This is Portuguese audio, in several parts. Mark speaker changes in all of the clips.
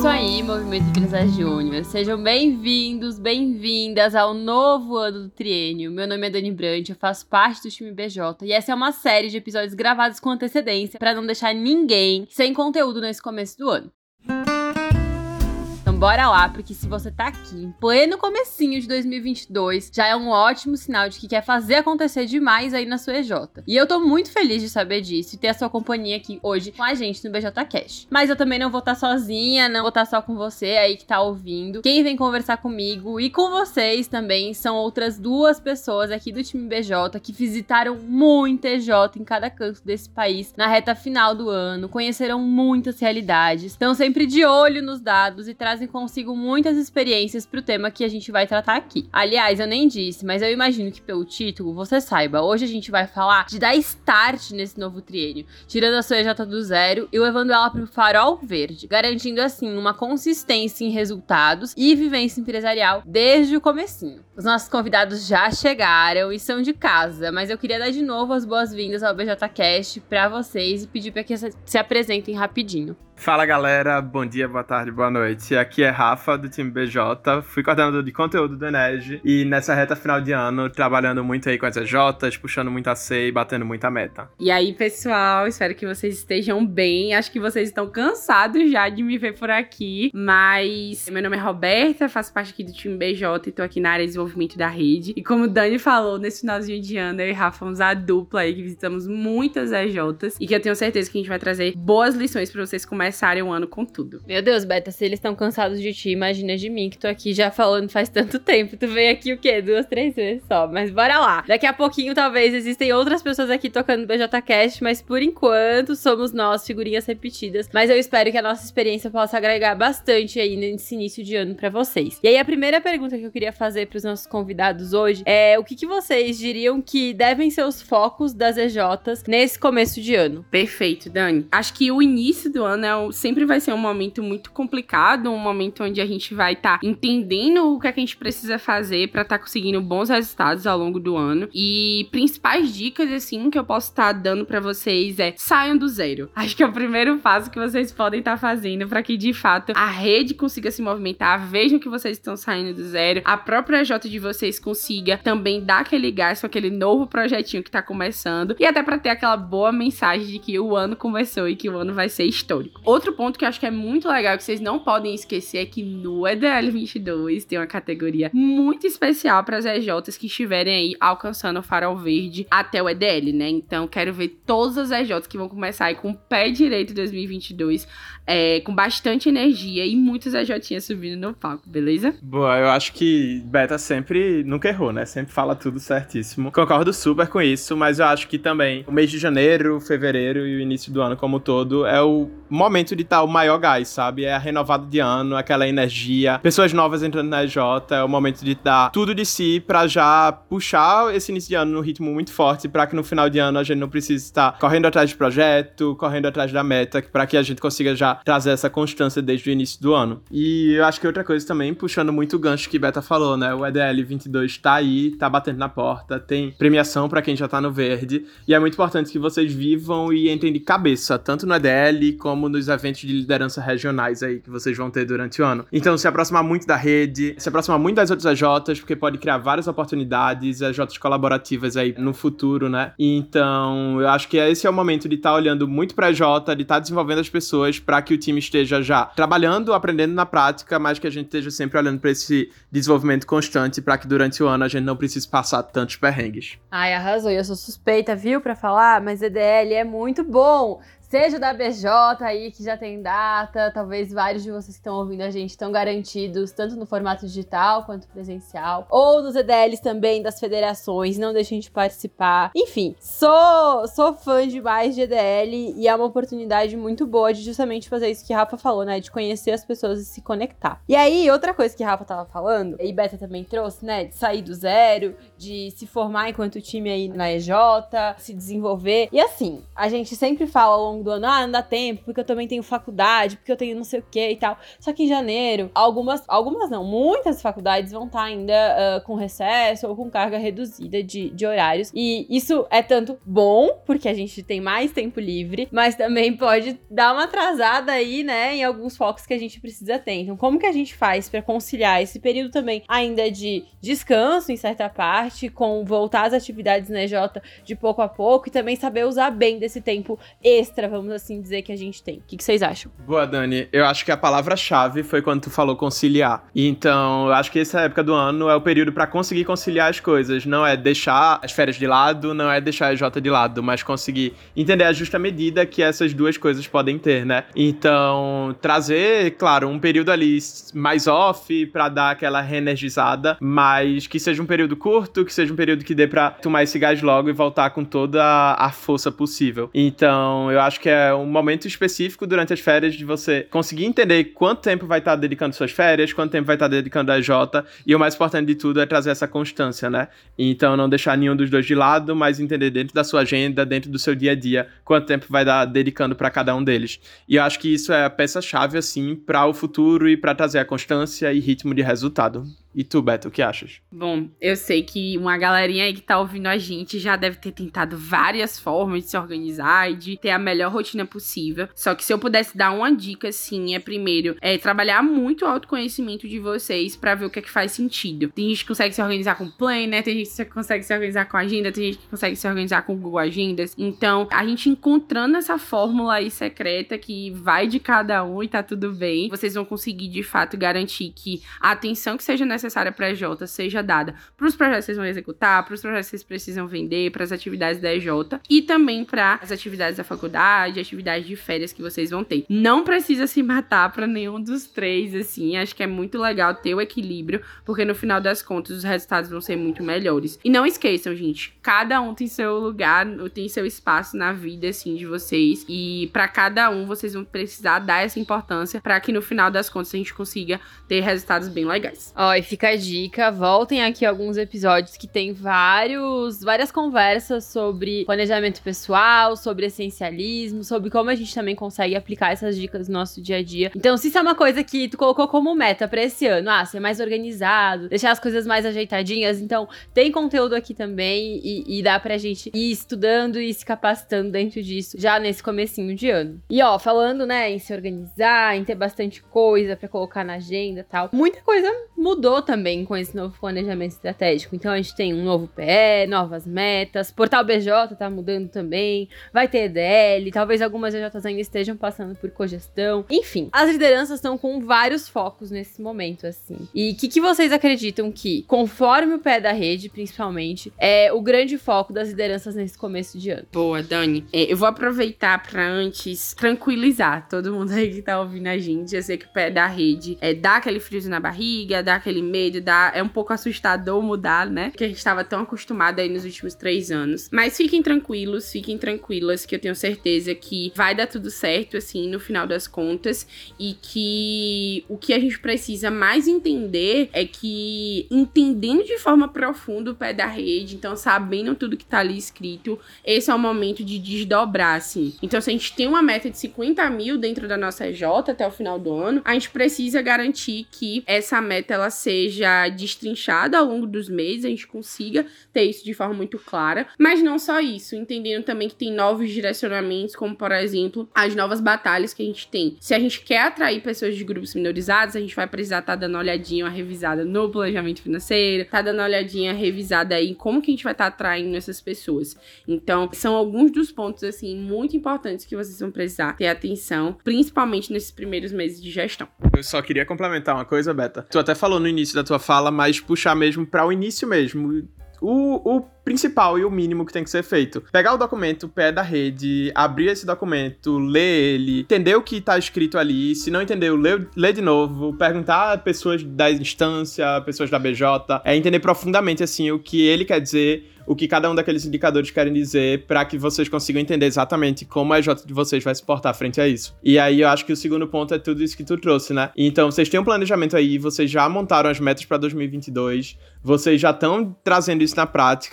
Speaker 1: isso aí, Movimento Empresas Júnior. Sejam bem-vindos, bem-vindas ao novo ano do triênio. Meu nome é Dani Brant, eu faço parte do time BJ e essa é uma série de episódios gravados com antecedência para não deixar ninguém sem conteúdo nesse começo do ano. Então bora lá, porque se você tá aqui em pleno comecinho de 2022, já é um ótimo sinal de que quer fazer acontecer demais aí na sua EJ. E eu tô muito feliz de saber disso e ter a sua companhia aqui hoje com a gente no BJ Cash. Mas eu também não vou estar sozinha, não vou estar só com você aí que tá ouvindo. Quem vem conversar comigo e com vocês também são outras duas pessoas aqui do time BJ que visitaram muita EJ em cada canto desse país na reta final do ano, conheceram muitas realidades, estão sempre de olho nos dados e trazem consigo muitas experiências pro tema que a gente vai tratar aqui. Aliás, eu nem disse, mas eu imagino que pelo título você saiba, hoje a gente vai falar de dar start nesse novo triênio, tirando a sua EJ do zero e levando ela pro farol verde, garantindo assim uma consistência em resultados e vivência empresarial desde o comecinho. Os nossos convidados já chegaram e são de casa, mas eu queria dar de novo as boas-vindas ao BJ Cast pra vocês e pedir pra que se apresentem rapidinho.
Speaker 2: Fala galera, bom dia, boa tarde, boa noite. Aqui é Rafa do time BJ, fui coordenador de conteúdo do Enege e nessa reta final de ano trabalhando muito aí com as EJs, puxando muita C e batendo muita meta.
Speaker 3: E aí pessoal, espero que vocês estejam bem, acho que vocês estão cansados já de me ver por aqui, mas meu nome é Roberta, faço parte aqui do time BJ e tô aqui na área de desenvolvimento da rede. E como o Dani falou, nesse finalzinho de ano eu e Rafa fomos a dupla aí que visitamos muitas EJs e que eu tenho certeza que a gente vai trazer boas lições pra vocês começarem o ano com tudo.
Speaker 1: Meu Deus, Beta, se eles estão cansados de ti, imagina de mim, que tô aqui já falando faz tanto tempo. Tu veio aqui o quê? 2, 3 vezes só. Mas bora lá. Daqui a pouquinho, talvez, existem outras pessoas aqui tocando BJCast, mas por enquanto, somos nós, figurinhas repetidas. Mas eu espero que a nossa experiência possa agregar bastante aí nesse início de ano pra vocês. E aí, a primeira pergunta que eu queria fazer pros nossos convidados hoje é o que vocês diriam que devem ser os focos das EJs nesse começo de ano?
Speaker 3: Perfeito, Dani. Acho que o início do ano sempre vai ser um momento muito complicado, um momento onde a gente vai estar entendendo o que a gente precisa fazer para estar conseguindo bons resultados ao longo do ano. E principais dicas, assim, que eu posso estar dando para vocês é saiam do zero. Acho que é o primeiro passo que vocês podem estar fazendo para que, de fato, a rede consiga se movimentar, vejam que vocês estão saindo do zero, a própria EJ de vocês consiga também dar aquele gás com aquele novo projetinho que tá começando e até para ter aquela boa mensagem de que o ano começou e que o ano vai ser histórico. Outro ponto que eu acho que é muito legal, que vocês não podem esquecer, é que no EDL 22 tem uma categoria muito especial para as EJs que estiverem aí alcançando o farol verde até o EDL, né? Então, quero ver todas as EJs que vão começar aí com o pé direito em 2022, com bastante energia e muitas EJinhas subindo no palco, beleza?
Speaker 2: Boa, eu acho que Beta sempre nunca errou, né? Sempre fala tudo certíssimo. Concordo super com isso, mas eu acho que também o mês de janeiro, fevereiro e o início do ano como todo é o momento de estar o maior gás, sabe? É a renovada de ano, aquela energia, pessoas novas entrando na EJ, é o momento de dar tudo de si pra já puxar esse início de ano num ritmo muito forte, pra que no final de ano a gente não precise estar correndo atrás de projeto, correndo atrás da meta, pra que a gente consiga já trazer essa constância desde o início do ano. E eu acho que outra coisa também, puxando muito o gancho que Beta falou, né? O EDL 22 tá aí, tá batendo na porta, tem premiação pra quem já tá no verde, e é muito importante que vocês vivam e entrem de cabeça, tanto no EDL como nos eventos de liderança regionais aí que vocês vão ter durante o ano. Então, se aproximar muito da rede, se aproximar muito das outras EJs, porque pode criar várias oportunidades, EJs colaborativas aí no futuro, né? Então, eu acho que esse é o momento de estar olhando muito pra EJ, de estar desenvolvendo as pessoas para que o time esteja já trabalhando, aprendendo na prática, mas que a gente esteja sempre olhando para esse desenvolvimento constante para que durante o ano a gente não precise passar tantos perrengues.
Speaker 1: Ai, arrasou. Eu sou suspeita, viu, pra falar, mas EDL é muito bom. Seja da BJ aí, que já tem data, talvez vários de vocês que estão ouvindo a gente estão garantidos, tanto no formato digital quanto presencial, ou nos EDLs também das federações, não deixem de participar. Enfim, sou fã demais de EDL e é uma oportunidade muito boa de justamente fazer isso que Rafa falou, né, de conhecer as pessoas e se conectar. E aí, outra coisa que Rafa tava falando, e Beta também trouxe, né, de sair do zero, de se formar enquanto time aí na EJ, se desenvolver, e assim, a gente sempre fala ao longo longo do ano, não dá tempo, porque eu também tenho faculdade, porque eu tenho não sei o que e tal. Só que em janeiro, algumas não, muitas faculdades vão estar ainda com recesso ou com carga reduzida de horários. E isso é tanto bom, porque a gente tem mais tempo livre, mas também pode dar uma atrasada aí, né, em alguns focos que a gente precisa ter. Então, como que a gente faz pra conciliar esse período também ainda de descanso, em certa parte, com voltar às atividades na EJ de pouco a pouco e também saber usar bem desse tempo extra, vamos assim dizer, que a gente tem. O que vocês acham?
Speaker 2: Boa, Dani. Eu acho que a palavra-chave foi quando tu falou conciliar. Então, eu acho que essa época do ano é o período pra conseguir conciliar as coisas. Não é deixar as férias de lado, não é deixar a EJ de lado, mas conseguir entender a justa medida que essas duas coisas podem ter, né? Então, trazer, claro, um período ali mais off pra dar aquela reenergizada, mas que seja um período curto, que seja um período que dê pra tomar esse gás logo e voltar com toda a força possível. Então, eu acho que é um momento específico durante as férias de você conseguir entender quanto tempo vai estar dedicando suas férias, quanto tempo vai estar dedicando a EJ, e o mais importante de tudo é trazer essa constância, né? Então, não deixar nenhum dos dois de lado, mas entender dentro da sua agenda, dentro do seu dia a dia, quanto tempo vai dar dedicando pra cada um deles. E eu acho que isso é a peça-chave, assim, para o futuro e para trazer a constância e ritmo de resultado. E tu, Beto, o que achas?
Speaker 3: Bom, eu sei que uma galerinha aí que tá ouvindo a gente já deve ter tentado várias formas de se organizar e de ter a melhor rotina possível. Só que se eu pudesse dar uma dica, assim, primeiro, trabalhar muito o autoconhecimento de vocês pra ver o que é que faz sentido. Tem gente que consegue se organizar com planner, tem gente que consegue se organizar com agenda, tem gente que consegue se organizar com Google Agendas. Então, a gente encontrando essa fórmula aí secreta que vai de cada um e tá tudo bem, vocês vão conseguir, de fato, garantir que a atenção que seja necessária para a EJ seja dada para os projetos que vocês vão executar, para os projetos que vocês precisam vender, para as atividades da EJ e também para as atividades da faculdade, atividades de férias que vocês vão ter. Não precisa se matar para nenhum dos três, assim, acho que é muito legal ter o equilíbrio, porque no final das contas os resultados vão ser muito melhores. E não esqueçam, gente, cada um tem seu lugar, tem seu espaço na vida, assim, de vocês, e para cada um vocês vão precisar dar essa importância para que no final das contas a gente consiga ter resultados bem legais.
Speaker 1: Ó, e fica a dica, voltem aqui alguns episódios que tem várias conversas sobre planejamento pessoal, sobre essencialismo, sobre como a gente também consegue aplicar essas dicas no nosso dia a dia. Então, se isso é uma coisa que tu colocou como meta pra esse ano, ser mais organizado, deixar as coisas mais ajeitadinhas, então tem conteúdo aqui também e dá pra gente ir estudando e se capacitando dentro disso já nesse comecinho de ano. E ó, falando, né, em se organizar, em ter bastante coisa pra colocar na agenda e tal, muita coisa mudou também com esse novo planejamento estratégico. Então a gente tem um novo PE, novas metas, Portal BJ tá mudando também, vai ter EDL, talvez algumas EJs ainda estejam passando por cogestão. Enfim, as lideranças estão com vários focos nesse momento, assim. E o que vocês acreditam que, conforme o PE da rede, principalmente, é o grande foco das lideranças nesse começo de ano?
Speaker 3: Boa, Dani. Eu vou aproveitar pra antes tranquilizar todo mundo aí que tá ouvindo a gente. Eu sei que o PE da rede dá aquele friozinho na barriga, dá aquele medo, é um pouco assustador mudar, né? Porque a gente estava tão acostumado aí nos últimos 3 anos. Mas fiquem tranquilos, fiquem tranquilas, que eu tenho certeza que vai dar tudo certo, assim, no final das contas. E que o que a gente precisa mais entender é que, entendendo de forma profunda o pé da rede, então sabendo tudo que tá ali escrito, esse é o momento de desdobrar, assim. Então, se a gente tem uma meta de 50 mil dentro da nossa EJ até o final do ano, a gente precisa garantir que essa meta, ela seja destrinchada ao longo dos meses, a gente consiga ter isso de forma muito clara, mas não só isso, entendendo também que tem novos direcionamentos, como por exemplo, as novas batalhas que a gente tem. Se a gente quer atrair pessoas de grupos minorizados, a gente vai precisar estar dando uma olhadinha, uma revisada no planejamento financeiro, dando uma olhadinha, revisada aí em como que a gente vai estar atraindo essas pessoas. Então, são alguns dos pontos, assim, muito importantes que vocês vão precisar ter atenção, principalmente nesses primeiros meses de gestão.
Speaker 2: Eu só queria complementar uma coisa, Beta. Tu até falou no início da tua fala, mas puxar mesmo para o início mesmo. O principal e o mínimo que tem que ser feito. Pegar o documento, o pé da rede, abrir esse documento, ler ele, entender o que tá escrito ali. Se não entendeu, ler de novo, perguntar a pessoas da instância, pessoas da BJ, entender profundamente, assim, o que ele quer dizer, o que cada um daqueles indicadores querem dizer, para que vocês consigam entender exatamente como a EJ de vocês vai se portar frente a isso. E aí eu acho que o segundo ponto é tudo isso que tu trouxe, né? Então vocês têm um planejamento aí, vocês já montaram as metas para 2022, vocês já estão trazendo isso na prática,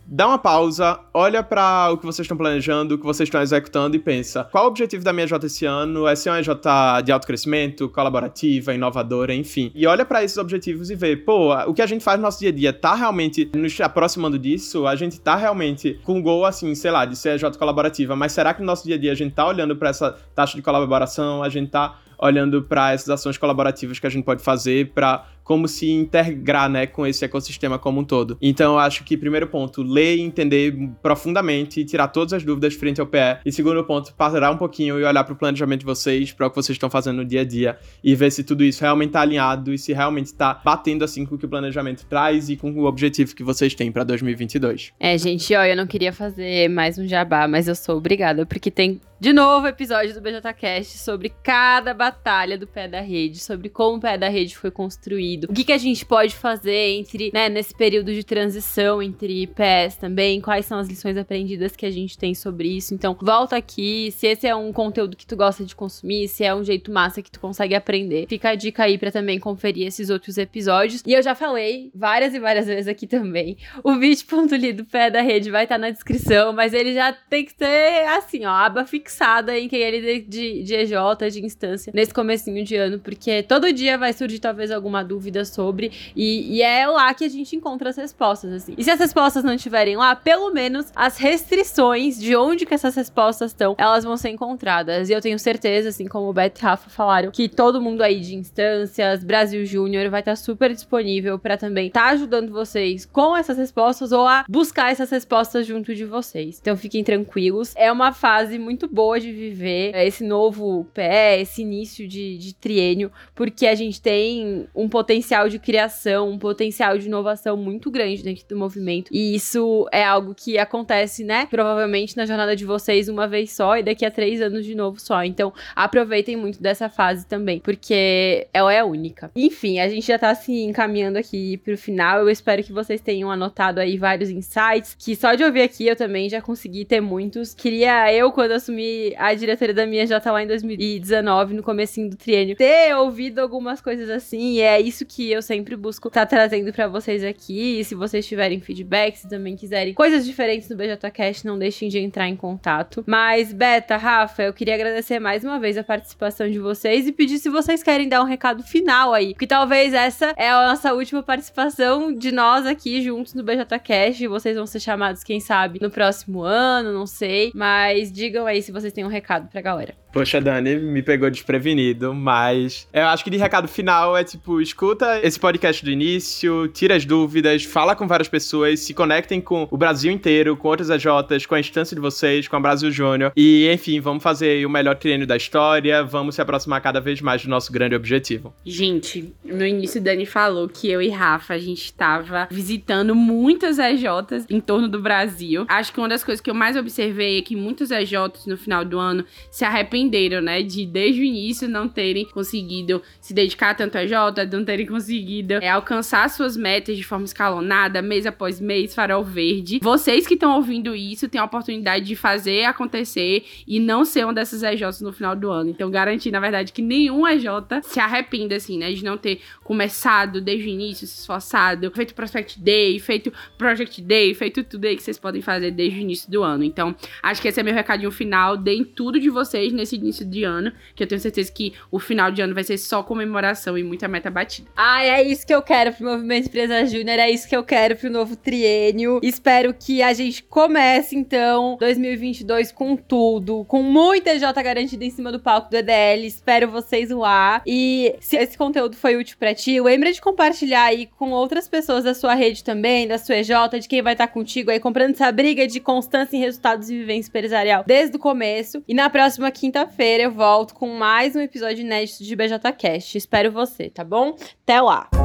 Speaker 2: dá uma pausa, olha pra o que vocês estão planejando, o que vocês estão executando e pensa, qual o objetivo da minha EJ esse ano? É ser uma EJ de alto crescimento, colaborativa, inovadora, enfim. E olha pra esses objetivos e vê, pô, o que a gente faz no nosso dia a dia tá realmente nos aproximando disso? A gente tá realmente com um goal, assim, sei lá, de ser EJ colaborativa, mas será que no nosso dia a dia a gente tá olhando pra essa taxa de colaboração, a gente tá olhando para essas ações colaborativas que a gente pode fazer para como se integrar, né, com esse ecossistema como um todo. Então, eu acho que, primeiro ponto, ler e entender profundamente e tirar todas as dúvidas frente ao PE. E segundo ponto, parar um pouquinho e olhar para o planejamento de vocês, para o que vocês estão fazendo no dia a dia e ver se tudo isso realmente está alinhado e se realmente está batendo assim com o que o planejamento traz e com o objetivo que vocês têm para 2022.
Speaker 1: Gente, ó, eu não queria fazer mais um jabá, mas eu sou obrigada, porque tem de novo episódio do BJCast sobre cada batalha do pé da rede, sobre como o pé da rede foi construído, o que a gente pode fazer entre, né, nesse período de transição entre pés também, quais são as lições aprendidas que a gente tem sobre isso. Então, volta aqui, se esse é um conteúdo que tu gosta de consumir, se é um jeito massa que tu consegue aprender, fica a dica aí pra também conferir esses outros episódios. E eu já falei várias e várias vezes aqui também, o bit.ly do pé da rede vai estar na descrição, mas ele já tem que ter, assim, ó, aba fixada em quem ele de EJ, de instância, nesse comecinho de ano, porque todo dia vai surgir talvez alguma dúvida sobre, e é lá que a gente encontra as respostas, assim. E se as respostas não estiverem lá, pelo menos as restrições de onde que essas respostas estão, elas vão ser encontradas. E eu tenho certeza, assim como o Beto e Rafa falaram, que todo mundo aí de instâncias, Brasil Júnior, vai estar super disponível pra também estar ajudando vocês com essas respostas ou a buscar essas respostas junto de vocês. Então fiquem tranquilos. É uma fase muito boa de viver esse novo PE, esse início de triênio, porque a gente tem um potencial de criação, um potencial de inovação muito grande dentro do movimento. E isso é algo que acontece, né? Provavelmente na jornada de vocês uma vez só e daqui a 3 anos de novo só. Então, aproveitem muito dessa fase também, porque ela é única. Enfim, a gente já tá se encaminhando aqui pro final. Eu espero que vocês tenham anotado aí vários insights, que só de ouvir aqui eu também já consegui ter muitos. Queria eu, quando assumi a diretoria da minha já tá lá em 2019, no comecinho do triênio, ter ouvido algumas coisas assim, e é isso que eu sempre busco tá trazendo pra vocês aqui. E se vocês tiverem feedback, se também quiserem coisas diferentes no BJCast, não deixem de entrar em contato. Mas, Beta, Rafa, eu queria agradecer mais uma vez a participação de vocês e pedir se vocês querem dar um recado final aí, porque talvez essa é a nossa última participação de nós aqui juntos no BJCast, e vocês vão ser chamados, quem sabe, no próximo ano, não sei, mas digam aí se vocês têm um recado pra galera.
Speaker 2: Poxa, Dani, me pegou desprevenido, mas eu acho que de recado final é tipo, escuta esse podcast do início, tira as dúvidas, fala com várias pessoas, se conectem com o Brasil inteiro, com outras EJs, com a instância de vocês, com a Brasil Júnior, e enfim, vamos fazer o melhor triênio da história, vamos se aproximar cada vez mais do nosso grande objetivo.
Speaker 3: Gente, no início Dani falou que eu e Rafa, a gente tava visitando muitas EJs em torno do Brasil. Acho que uma das coisas que eu mais observei é que muitas EJs no final do ano se arrependeram, né, de desde o início não terem conseguido se dedicar tanto a EJ, não terem conseguido alcançar suas metas de forma escalonada, mês após mês, farol verde. Vocês que estão ouvindo isso têm a oportunidade de fazer acontecer e não ser uma dessas EJs no final do ano. Então, garantir, na verdade, que nenhum EJ se arrependa, assim, né, de não ter começado desde o início, se esforçado, feito Prospect Day, feito Project Day, feito tudo aí que vocês podem fazer desde o início do ano. Então, acho que esse é meu recadinho final. Deem tudo de vocês nesse início de ano, que eu tenho certeza que o final de ano vai ser só comemoração e muita meta batida.
Speaker 1: É isso que eu quero pro Movimento Empresa Júnior, é isso que eu quero pro novo triênio. Espero que a gente comece, então, 2022 com tudo, com muita EJ garantida em cima do palco do EDL. Espero vocês lá. E se esse conteúdo foi útil pra ti, lembra de compartilhar aí com outras pessoas da sua rede também, da sua EJ, de quem vai estar contigo aí, comprando essa briga de constância em resultados e vivência empresarial desde o começo. E na próxima quinta-feira eu volto com mais um episódio inédito de BJCast. Espero você, tá bom? Até lá!